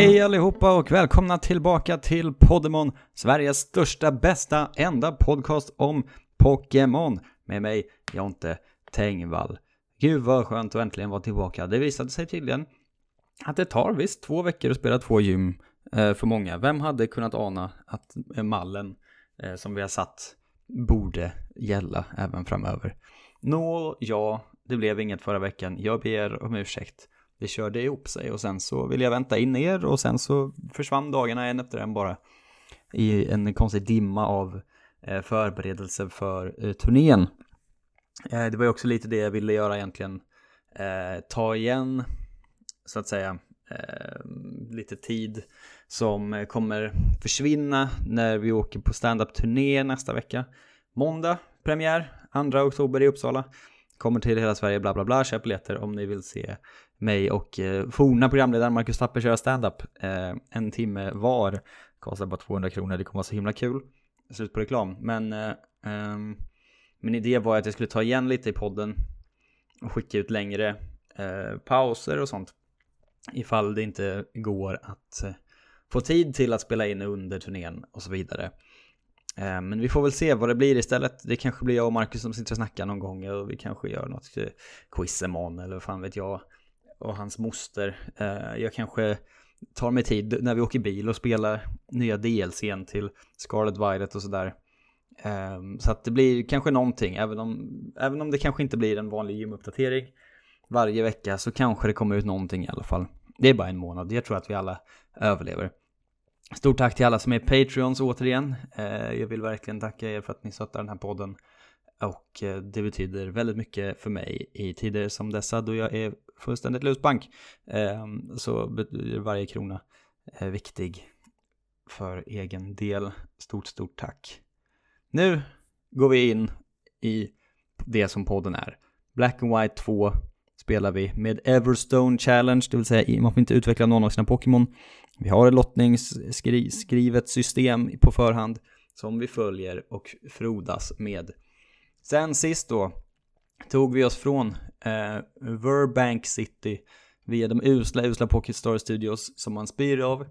Hej allihopa och välkomna tillbaka till Poddemon, Sveriges största, bästa, enda podcast om Pokémon. Med mig, Jonte Tengvall. Gud vad skönt att äntligen vara tillbaka. Det visade sig tydligen att det tar visst 2 veckor att spela 2 gym för många. Vem hade kunnat ana att mallen som vi har satt borde gälla även framöver? Ja, det blev inget förra veckan. Jag ber om ursäkt. Det körde ihop sig och sen så ville jag vänta in er och sen så försvann dagarna en efter en bara i en konstig dimma av förberedelse för turnén. Det var ju också lite det jag ville göra egentligen. Ta igen så att säga lite tid som kommer försvinna när vi åker på stand-up-turné nästa vecka. Måndag, premiär, 2 oktober i Uppsala. Kommer till hela Sverige, bla bla bla. Köp biljetter om ni vill se mig och forna programledaren Marcus Tapper köra stand-up. 1 timme var. Kostar bara 200 kronor. Det kommer vara så himla kul. Slut på reklam. Men min idé var att jag skulle ta igen lite i podden. Och skicka ut längre pauser och sånt. Ifall det inte går att få tid till att spela in under turnén och så vidare. Men vi får väl se vad det blir istället. Det kanske blir jag och Marcus som sitter och snackar någon gång. Och vi kanske gör något quizemon eller vad fan vet jag. Och hans moster. Jag kanske tar mig tid när vi åker bil och spelar nya DLC:n till Scarlet Violet och sådär. Så att det blir kanske någonting. Även om det kanske inte blir en vanlig gymuppdatering varje vecka, så kanske det kommer ut någonting i alla fall. Det är bara en månad. Jag tror att vi alla överlever. Stort tack till alla som är Patreons återigen. Jag vill verkligen tacka er för att ni stöttar den här podden. Och det betyder väldigt mycket för mig i tider som dessa då jag är fullständigt lusbank. Så betyder varje krona viktig för egen del. Stort tack. Nu går vi in i det som podden är. Black and White 2 spelar vi med Everstone Challenge. Det vill säga man får inte utveckla någon av sina Pokémon. Vi har ett lottningsskrivet system på förhand som vi följer och frodas med. Sen sist då tog vi oss från Burbank City via de usla Pokéstar Studios som man spyr av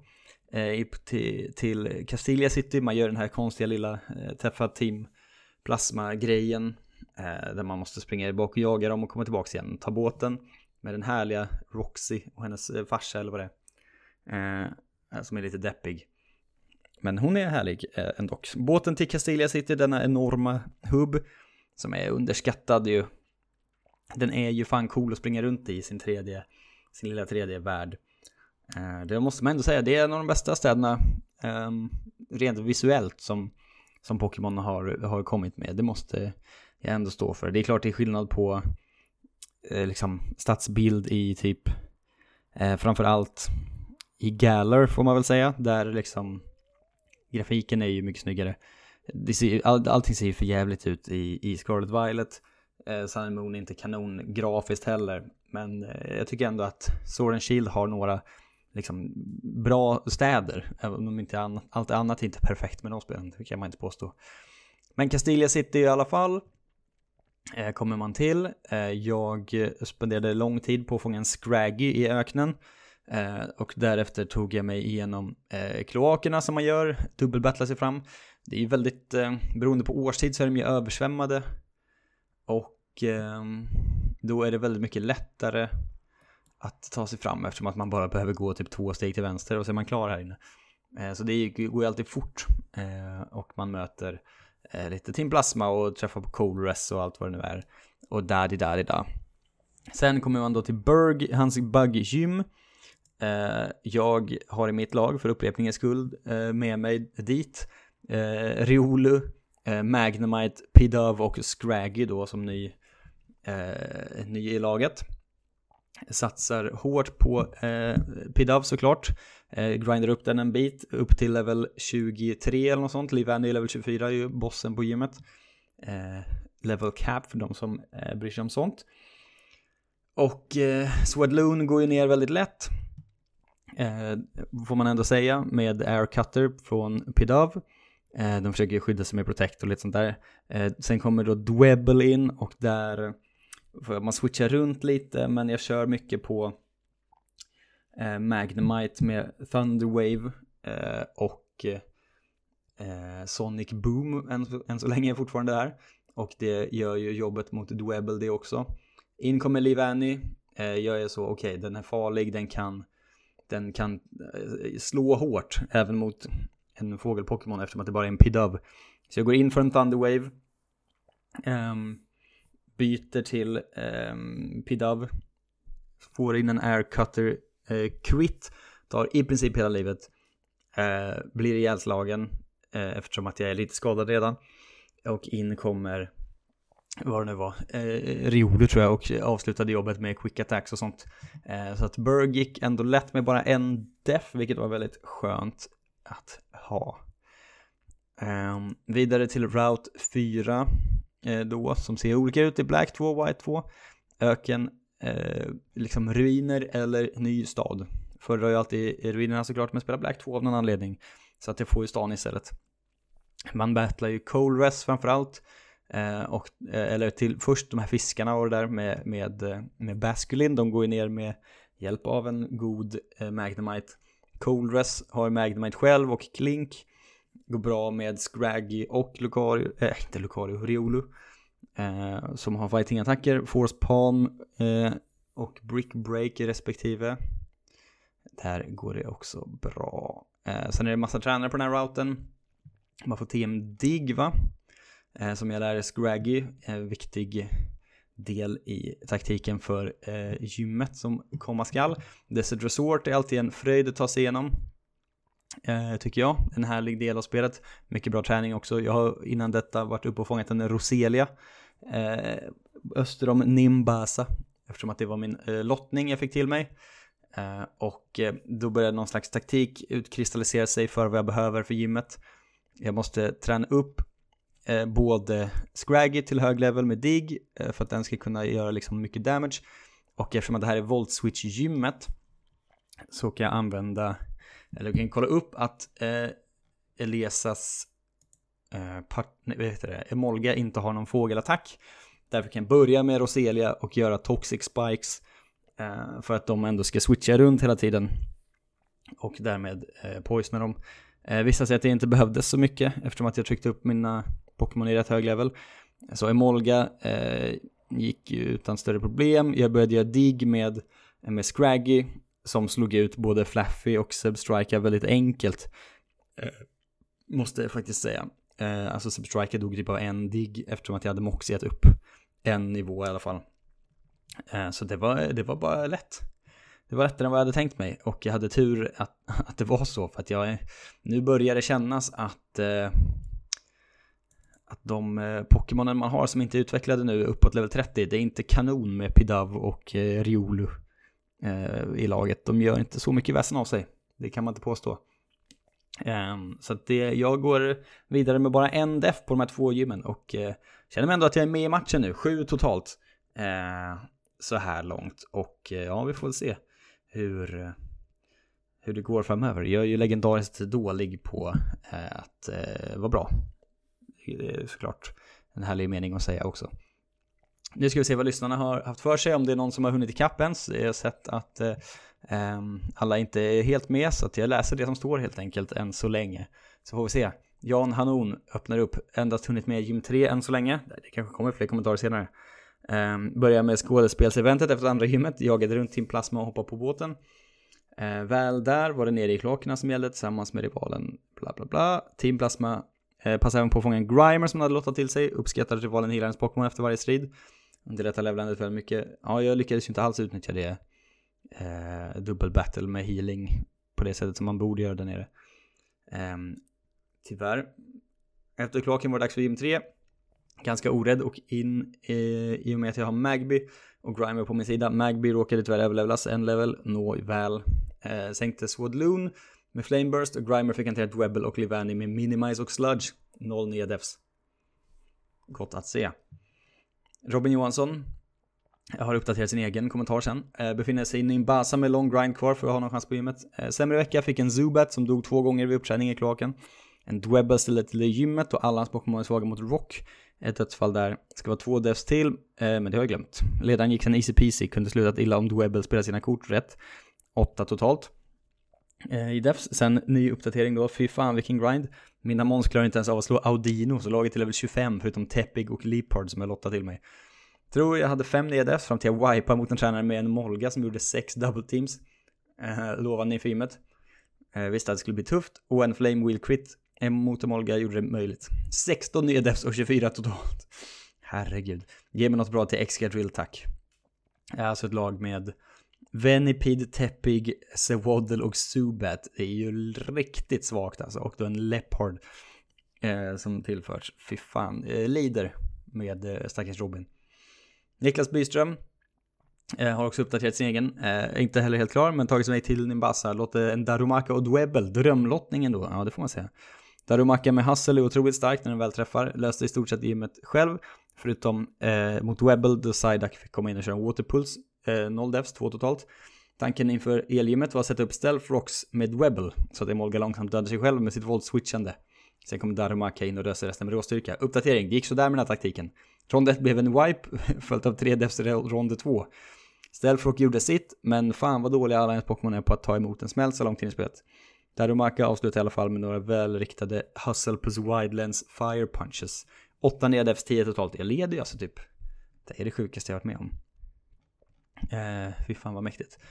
till Castilla City. Man gör den här konstiga lilla träffa team plasma-grejen där man måste springa bak och jaga dem och komma tillbaka igen. Ta båten med den härliga Roxy och hennes farsa eller vad det är. Som är lite deppig. Men hon är härlig ändå. Båten till Castilla City, denna enorma hubb som är underskattad ju. Den är ju fan cool att springa runt i sin lilla tredje värld. Det måste man ändå säga. Det är en av de bästa städerna rent visuellt som Pokémon har kommit med. Det måste jag ändå stå för. Det är klart det är skillnad på liksom stadsbild i typ framförallt i Galar får man väl säga. Där liksom grafiken är ju mycket snyggare. Allting ser ju för jävligt ut i Scarlet Violet. Sun and Moon är inte kanon grafiskt heller. Men jag tycker ändå att Sword and Shield har några liksom bra städer. Även om inte allt annat är inte perfekt med de spelen. Det kan man inte påstå. Men Castilla City i alla fall kommer man till. Jag spenderade lång tid på att fånga en Scraggy i öknen. Och därefter tog jag mig igenom kloakerna som man gör. Dubbelbattla sig fram. Det är ju väldigt, beroende på årstid så är de ju översvämmade. Och då är det väldigt mycket lättare att ta sig fram eftersom att man bara behöver gå typ 2 steg till vänster och så är man klar här inne. Så det går ju alltid fort. Och man möter lite Team Plasma och träffar på Colress och allt vad det nu är. Och där. Sen kommer man då till Berg, hans bugg-gym. Jag har i mitt lag för upprepningens skull med mig dit Riolu, Magnemite, Pidove och Scraggy då som ny i laget. Satsar hårt på Pidove såklart. Grindar upp den en bit upp till level 23 eller något sånt. Livani level 24 är ju bossen på gymmet. Level cap för de som bryr sig om sånt. Och Swadloon går ju ner väldigt lätt. Får man ändå säga med Air Cutter från Pidove. De försöker skydda sig med Protect och lite sånt där. Sen kommer då Dwebble in och där får man switcha runt lite, men jag kör mycket på Magnemite med Thunderwave och Sonic Boom än så länge är fortfarande där. Och det gör ju jobbet mot Dwebble det också. In kommer Leavanny. Jag är så okej, den är farlig, den kan slå hårt även mot en fågel-Pokémon eftersom att det bara är en Pidove. Så jag går in för en Thunderwave. Byter till Pidove. Får in en Air Cutter crit. Tar i princip hela livet. Blir ihjälslagen eftersom att jag är lite skadad redan. Och in kommer vad det nu var, Riolu tror jag, och avslutade jobbet med quick attacks och sånt. Så att Burg gick ändå lätt med bara en def, vilket var väldigt skönt att ha. Vidare till Route 4 då, som ser olika ut i Black 2, White 2. Öken, liksom ruiner eller ny stad. Förr var ju alltid ruinerna såklart, men spelar Black 2 av någon anledning. Så att det får ju stan istället. Man battlar ju Colress framförallt. Eller till först de här fiskarna och det där med Basculin. De går ju ner med hjälp av en god Magnemite. Colress har Magnemite själv och Klink. Går bra med Scraggy och Riolu. Som har fighting-attacker. Force Palm och Brick Break respektive. Där går det också bra. Sen är det massa tränare på den här routen. Man får TM Dig va? Som jag lär Scraggy. Viktig del i taktiken för gymmet som komma skall. Desert Resort är alltid en fröjd att ta sig igenom. Tycker jag. En härlig del av spelet. Mycket bra träning också. Jag har innan detta varit uppe och fångat en Roselia. Öster om Nimbasa. Eftersom att det var min lottning jag fick till mig. Och då började någon slags taktik utkristallisera sig för vad jag behöver för gymmet. Jag måste träna upp både Scraggy till hög level med Dig för att den ska kunna göra liksom mycket damage. Och eftersom att det här är Volt Switch gymmet så kan jag använda, eller jag kan kolla upp att Elesas Emolga inte har någon fågelattack. Därför kan jag börja med Roselia och göra Toxic Spikes för att de ändå ska switcha runt hela tiden och därmed poisona dem. Vissa säger att det inte behövdes så mycket eftersom att jag tryckte upp mina Pokémon i rätt hög level. Så Emolga gick ju utan större problem. Jag började göra Dig med Scraggy som slog ut både Fluffy och Substrika väldigt enkelt. Måste jag faktiskt säga. Alltså Substrika dog typ av en Dig eftersom att jag hade moxiat upp en nivå i alla fall. Så det var bara lätt. Det var lättare än vad jag hade tänkt mig. Och jag hade tur att det var så. För att nu börjar det kännas att de Pokémonen man har som inte är utvecklade nu uppåt level 30. Det är inte kanon med Pidove och Riolu i laget. De gör inte så mycket väsen av sig. Det kan man inte påstå. Så att jag går vidare med bara en def på de här 2 gymmen. Och känner mig ändå att jag är med i matchen nu. 7 totalt. Så här långt. Och ja, vi får väl se hur det går framöver. Jag är ju legendariskt dålig på att vara bra. Det är såklart en härlig mening att säga också. Nu ska vi se vad lyssnarna har haft för sig. Om det är någon som har hunnit i kapp ens. Jag har sett att alla inte är helt med. Så att jag läser det som står helt enkelt än så länge. Så får vi se. Jan Hanon öppnar upp. Endast hunnit med gym 3 än så länge. Det kanske kommer fler kommentarer senare. Börjar med skådespelseventet efter andra gymmet. Jagade runt Team Plasma och hoppade på båten. Väl där var det nere i kloakerna som gällde tillsammans med rivalen bla bla bla. Team Plasma passade även på att fånga en Grimer som hade lottat till sig. Uppskattade rivalen healarens Pokémon efter varje strid. Underlättade levelandet väldigt mycket. Ja, jag lyckades ju inte alls utnyttja det dubbel battle med healing på det sättet som man borde göra där nere. Tyvärr. Efter kloaken var det dags för gym 3. Ganska orädd och in i och med att jag har Magby och Grimer på min sida. Magby råkade tyvärr överlevlas en level. Nåväl. Sänkte Swadloon med Flameburst och Grimer fick hantera Dwebble och Leavanny med Minimize och Sludge. 0 nya defs. Gott att se. Robin Johansson har uppdaterat sin egen kommentar sen. Befinner sig i Nimbasa med lång grind kvar för att ha någon chans på gymmet. Sämre vecka fick en Zubat som dog 2 gånger vid uppträning i kloaken. En Dwebble ställde till gymmet och alla hans Pokémon är svaga mot Rock. Ett dödsfall där. Ska vara 2 defs till, men det har jag glömt. Ledaren gick sen easy peasy, kunde slutat illa om Dwebble spelade sina kort rätt. 8 totalt i defs. Sen ny uppdatering då, fy fan vilken grind. Mina mons klarar inte ens av att slå Audino, så laget till level 25 förutom Tepig och Leopard som jag lottade till mig. Tror jag hade 5 nya defs fram till jag wipa mot en tränare med en Molga som gjorde 6 double teams. Lovade ni filmet. Visste att det skulle bli tufft. Och en Flame Wheel Crit mot en Molga gjorde det möjligt. 16 nya defs och 24 totalt. Herregud. Ge mig något bra till XG Drill, tack. Jag är alltså ett lag med Venipede, Tepig, Sewaddle och Zubat. Det är ju riktigt svagt alltså. Och då en Leopard som tillförts. Fy fan. Lider med stackars Robin. Niklas Byström har också uppdaterat sin egen. Inte heller helt klar, men tagit sig till Nimbasa. Låter en Darumaka och Dwebble. Drömlottningen då. Ja, det får man säga. Darumaka med Hustle är otroligt stark när den väl träffar. Löste i stort sett gymmet själv. Förutom mot Dwebble då Psyduck fick komma in och köra en Waterpulse. 0 defs, 2 totalt. Tanken inför elgymmet var att sätta upp Stealth Rocks med Dwebble. Så att Emolga långsamt dödade sig själv med sitt våldswitchande. Sen kom Darumaka in och löste resten med råstyrka. Uppdatering, det gick så där med den här taktiken. Rond 1 blev en wipe, följt av 3 defs i rond 2. Stealth Rock gjorde sitt, men fan vad dåliga alla ens Pokémon är på att ta emot en smäll så långt in i spelet. Darumaka avslutade i alla fall med några välriktade Hustle plus Wide Lens Fire Punches. 8 nya defs, 10 totalt. Jag leder ju alltså typ. Det är det sjukaste jag varit med om. Fy fan vad mäktigt.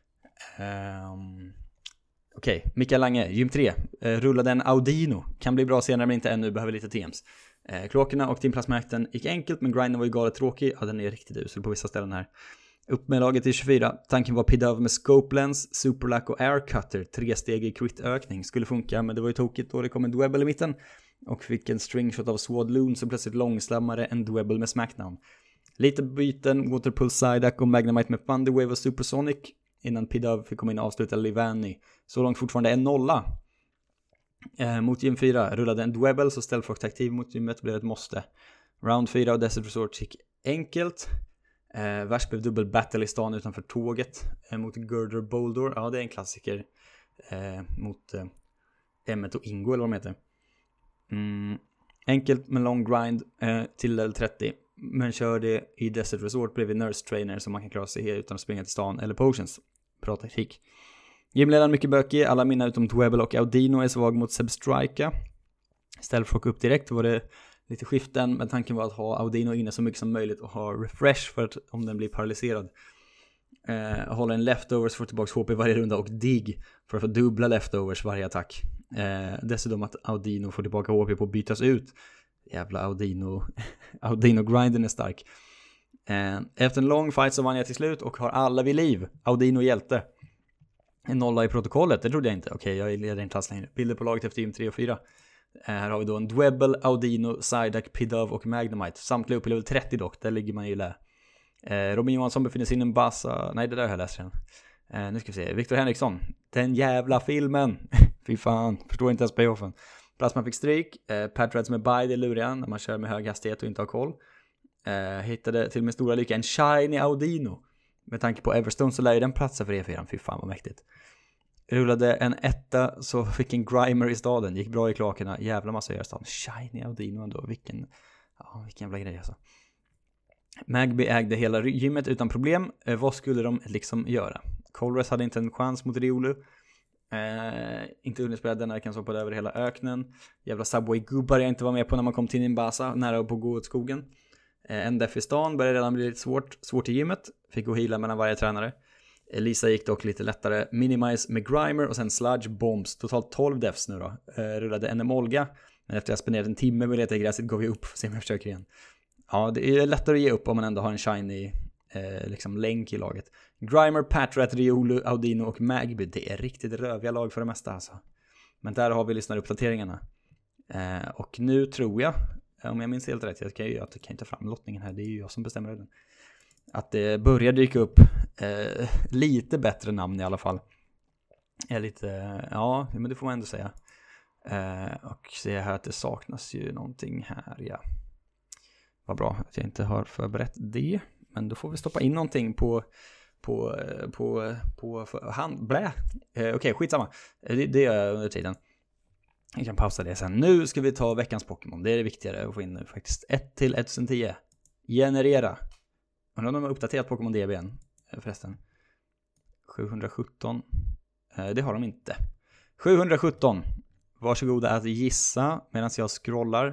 Okej, Mikael Lange, gym 3. Rullade en Audino. Kan bli bra senare men inte ännu, behöver lite TMs. Kloakerna och Team Plasma-akten gick enkelt, men grinden var ju galet tråkig. Ja, den är riktigt usel på vissa ställen här. Upp med laget till 24. Tanken var Pidove med Scope Lens, Superlack och Air Cutter. 3-stegig crit-ökning. Skulle funka, men det var ju tokigt då det kom en Dwebble i mitten. Och fick en stringshot av Swadloon som plötsligt långsammare än Dwebble med Smackdown. Lite byten, Waterpulse, Psyduck och Magnemite med Thunderwave och Supersonic. Innan Pidove fick komma in och avsluta Livani. Så långt fortfarande en 0. Mot gym 4 rullade en Dwebble, så Stealth Rock aktiv mot gymmet blev ett måste. Round 4 och Desert Resort gick enkelt. Värst blev dubbel battle i stan utanför tåget mot Girder Boulder. Ja, det är en klassiker mot Emmet och Ingo eller vad de heter. Enkelt med long grind till level 30. Men körde i Desert Resort bredvid Nurse Trainer så man kan klara sig utan att springa till stan eller potions. Bra taktik. Gymledaren mycket bökig. Alla mina utom Dwebble och Audino är svag mot Sebstrika. Stealth Rock upp direkt var det lite skiften, men tanken var att ha Audino inne så mycket som möjligt och ha refresh för att om den blir paralyserad. Hålla en leftovers för tillbaka HP varje runda och dig för att få dubbla leftovers varje attack. Dessutom att Audino får tillbaka HP på att bytas ut. Jävla Audino-grinden är stark. Efter en lång fight så vann jag till slut och har alla vid liv. Audino hjälte. En 0 i protokollet, det trodde jag inte. Okej, jag leder en klass längre. Bilder på laget efter gym 3 och 4. Här har vi då en Dwebble, Audino, Psyduck, Pidove och Magnemite. Samtliga upp i level 30 dock, där ligger man ju lä. Robin Johansson befinner sig i en bassa. Nej, det där har jag läst redan. Nu ska vi se, Victor Henriksson. Den jävla filmen. Fy fan, förstår inte ens payoffen. Plasma fick stryk. Patrats med buy, det lurar jag när man kör med hög hastighet och inte har koll. Hittade till min stora lycka en shiny Audino. Med tanke på Everstone så lär ju den platsa för E4. Fy fan vad mäktigt. Rullade en 1 så fick en Grimer i staden. Gick bra i klakerna. Jävla massa i staden. Shiny Audino ändå. Vilken jävla grej alltså. Magby ägde hela gymmet utan problem. Vad skulle de liksom göra? Colress hade inte en chans mot Riolu. Inte underspelad denna veckan, så på över hela öknen. Jävla Subway-gubbar jag inte var med på när man kom till Nimbasa. Nära på gå åt skogen. En def i stan började redan bli lite svårt i gymmet. Fick gå heala mellan varje tränare. Lisa gick dock lite lättare. Minimize med Grimer och sen Sludge Bombs. Totalt 12 defs nu då. Rullade en Emolga. Men efter jag spenderat en timme med leta i gräset går vi upp och se om jag försöker igen. Ja, det är lättare att ge upp om man ändå har en shiny liksom länk i laget. Grimer, Patrat, Riolu, Audino och Magby. Det är riktigt röviga lag för det mesta alltså. Men där har vi lyssnaruppdateringarna. Och nu tror jag, om jag minns helt rätt, jag kan inte fram lottningen här, det är ju jag som bestämmer den. Att det börjar dyka upp lite bättre namn i alla fall. Ja, men det får man ändå säga. Och se här att det saknas ju någonting här, ja. Vad bra att jag inte har förberett det. Men då får vi stoppa in någonting på hand. Blä. Okej, skitsamma. Det gör jag under tiden. Jag kan pausa det sen. Nu ska vi ta veckans Pokémon. Det är det viktigare att få in nu faktiskt. 1 till 1010. Generera. Undrar om de har uppdaterat Pokémon DB än förresten. 717. Det har de inte. 717. Varsågoda att gissa medan jag scrollar.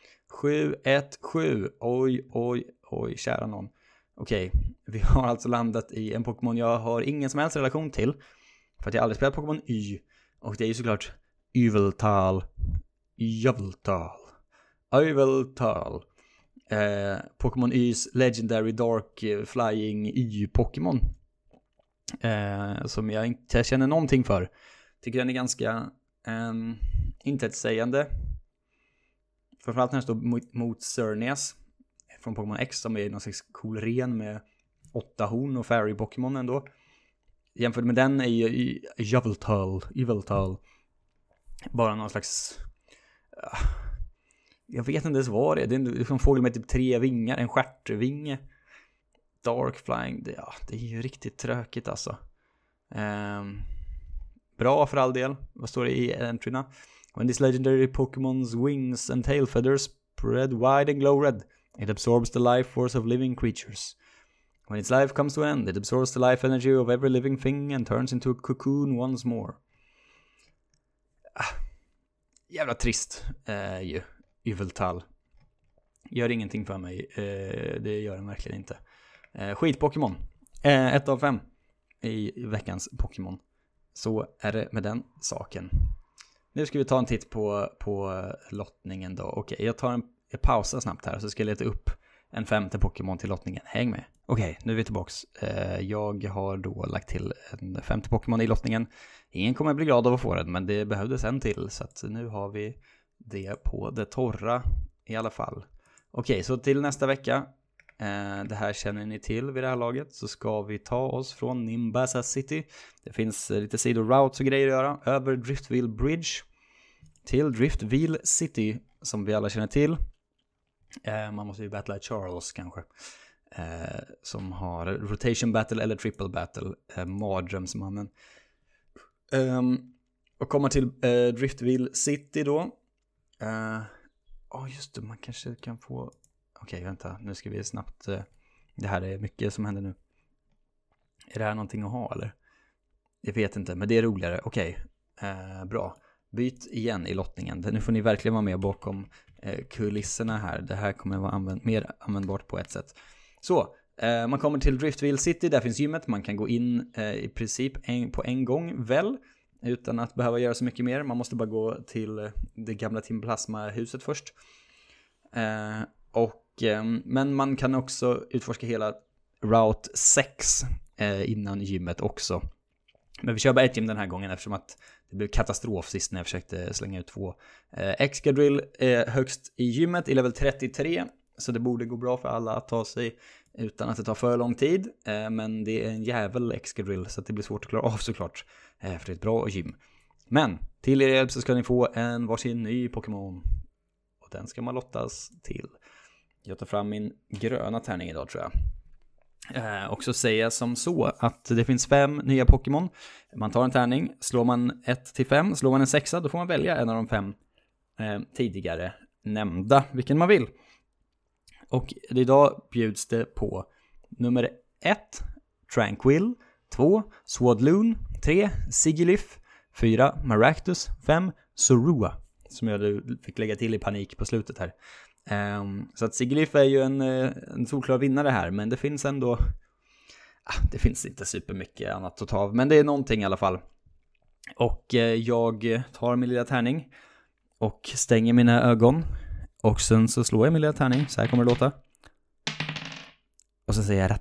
717. Oj, kära någon. Okej, vi har alltså landat i en Pokémon jag har ingen som helst relation till. För att jag aldrig spelat Pokémon Y. Och det är ju såklart Yveltal. Pokémon Ys Legendary Dark Flying Y-Pokémon. Som jag inte känner någonting för. Tycker den är ganska intetsägande. Framförallt när den står mot Xerneas från Pokémon X, som är någon slags cool ren med 8 horn och fairy Pokémon ändå. Jämfört med den är ju Yveltal bara någon slags jag vet inte ens vad det är. Det är en fågel med typ 3 vingar, en stjärtvinge. Dark Flying, det är ju riktigt tråkigt alltså. Bra för all del. Vad står det i entryna? When this legendary Pokémon's wings and tail feathers spread wide and glow red, it absorbs the life force of living creatures. When its life comes to an end, it absorbs the life energy of every living thing and turns into a cocoon once more. Jävla trist ju. Yveltal. Gör ingenting för mig. Det gör den verkligen inte. Skit-Pokémon. 1 av 5 i veckans Pokémon. Så är det med den saken. Nu ska vi ta en titt på lottningen då. Okej, jag pausar snabbt här så ska jag leta upp en 5:e Pokémon till lottningen. Häng med. Okej, nu är vi tillbaks. Jag har då lagt till en 5:e Pokémon i lottningen. Ingen kommer bli glad av att få den, men det behövdes en till. Så att nu har vi det på det torra i alla fall. Okej, så till nästa vecka. Det här känner ni till vid det här laget. Så ska vi ta oss från Nimbasa City. Det finns lite sidoroutes och grejer att göra. Över Driftville Bridge till Driftville City, som vi alla känner till. Man måste ju battla Charles kanske. Som har Rotation Battle eller Triple Battle. Mardrömsmannen. Och komma till Driftville City då. Just det, man kanske kan få... Okej, vänta, nu ska vi snabbt... det här är mycket som händer nu. Är det här någonting att ha, eller? Jag vet inte, men det är roligare. Okej, bra. Byt igen i lottningen. Nu får ni verkligen vara med bakom kulisserna här. Det här kommer vara mer användbart på ett sätt. Så, man kommer till Driftville City. Där finns gymmet. Man kan gå in i princip på en gång väl. Utan att behöva göra så mycket mer. Man måste bara gå till det gamla Team Plasma-huset först. Men man kan också utforska hela Route 6 innan gymmet också. Men vi kör bara ett gym den här gången eftersom att det blev katastrof sist när jag försökte slänga ut 2. Excadrill är högst i gymmet i level 33. Så det borde gå bra för alla att ta sig utan att det tar för lång tid. Men det är en jävel Excadrill så att det blir svårt att klara av såklart. För det är ett bra gym. Men till er hjälp så ska ni få en varsin ny Pokémon. Och den ska man lottas till. Jag tar fram min gröna tärning idag tror jag. Och så säger jag som så att det finns 5 nya Pokémon. Man tar en tärning, slår man 1-5, slår man en 6, då får man välja en av de 5 tidigare nämnda, vilken man vill. Och idag bjuds det på nummer 1, Tranquil, 2, Swadloon, 3, Sigilyph, 4, Maractus, 5, Zorua, som jag fick lägga till i panik på slutet här. Så att Sigilyph är ju en solklar vinnare här, men det finns ändå det finns inte supermycket annat att ta av, men det är någonting i alla fall. Och jag tar min lilla tärning och stänger mina ögon och sen så slår jag min lilla tärning, så här kommer det låta. Och så säger jag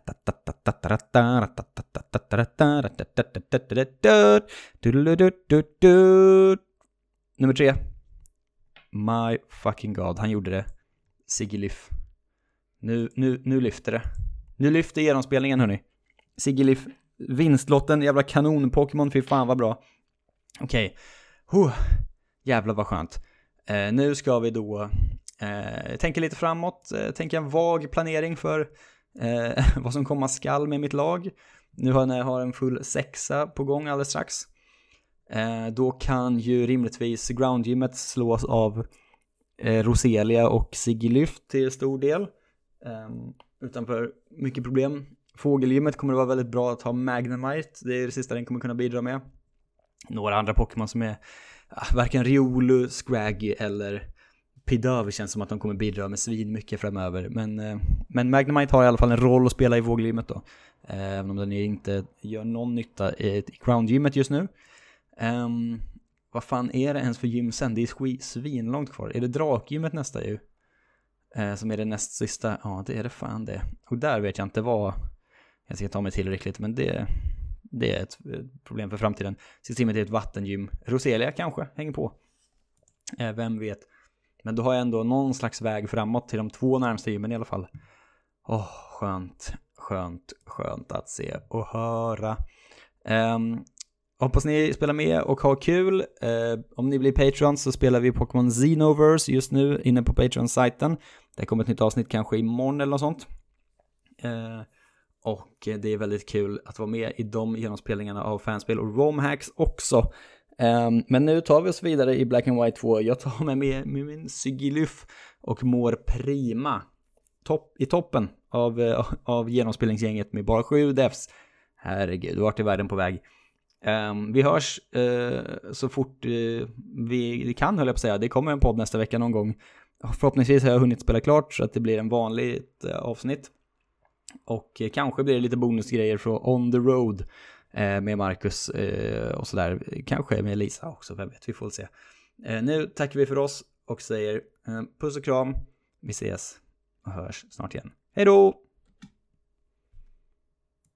nummer 3. My fucking god, han gjorde det. Sigilyph. Nu lyfter det. Nu lyfter genomspelningen, hörni. Sigilyph, vinstlotten, jävla kanon-Pokémon, fy fan vad bra. Okej. Jävlar vad skönt. Nu ska vi då tänka lite framåt. Tänka en vag planering för vad som komma skall med mitt lag. Nu när jag har en full 6 på gång alldeles strax. Då kan ju rimligtvis groundgymmet slås av Roselia och Sigilyph till stor del. Utanför mycket problem. Fågelgymmet kommer det vara väldigt bra att ha Magnemite. Det är det sista den kommer kunna bidra med. Några andra Pokémon som är varken Riolu, Scraggy eller Pidove känns som att de kommer bidra med svin mycket framöver. Men Magnemite har i alla fall en roll att spela i Fågelgymmet då. Även om den inte gör någon nytta i Groundgymmet just nu. Vad fan är det ens för gym sen? Det är svinlångt kvar. Är det Drakgymmet nästa ju? Som är det näst sista. Ja, det är det fan det. Och där vet jag inte vad jag ska ta mig tillräckligt. Men det är ett problem för framtiden. Systemet är ett vattengym. Roselia kanske hänger på. Vem vet. Men då har jag ändå någon slags väg framåt till de 2 närmsta gymmen i alla fall. Skönt att se och höra. Hoppas ni spelar med och har kul. Om ni blir Patrons så spelar vi Pokémon Xenoverse just nu inne på Patreon-sajten. Det kommer ett nytt avsnitt kanske imorgon eller något sånt. Och det är väldigt kul att vara med i de genomspelningarna av fanspel och romhacks också. Men nu tar vi oss vidare i Black and White 2. Jag tar med min Sigilyph och mår prima. I toppen av genomspelningsgänget med bara 7 devs. Herregud, vart är världen på väg? Vi hörs så fort vi kan, höll jag på att säga. Det kommer en podd nästa vecka någon gång. Förhoppningsvis har jag hunnit spela klart så att det blir en vanligt avsnitt. Och kanske blir det lite bonusgrejer från On the Road med Marcus och sådär. Kanske med Lisa också, vem vet, vi får se. Nu tackar vi för oss och säger puss och kram. Vi ses och hörs snart igen. Hej då!